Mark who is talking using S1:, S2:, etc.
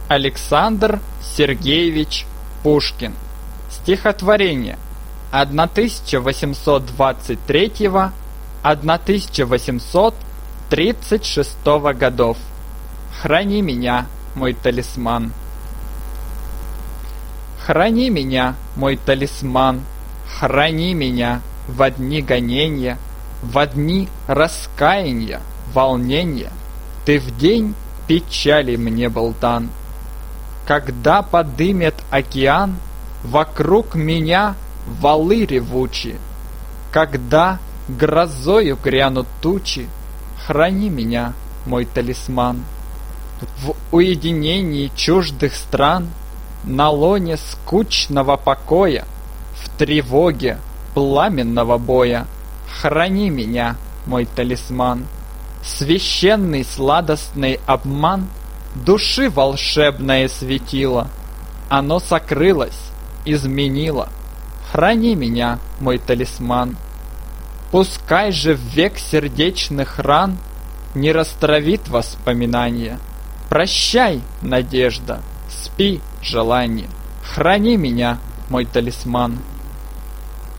S1: Александр Сергеевич Пушкин. Стихотворение 1823-1836 годов. Храни меня, мой талисман. Храни меня, мой талисман, храни меня во дни гонения, во дни раскаяния, волнения. Ты в день печали мне был дан. Когда подымет океан вокруг меня валы ревучие, когда грозою грянут тучи, храни меня, мой талисман. В уединении чуждых стран, на лоне скучного покоя, в тревоге пламенного боя, храни меня, мой талисман. Священный сладостный обман души волшебное светило, оно сокрылось, изменило. Храни меня, мой талисман. Пускай же в век сердечных ран не растравит воспоминание. Прощай, надежда, спи, желание. Храни меня, мой талисман.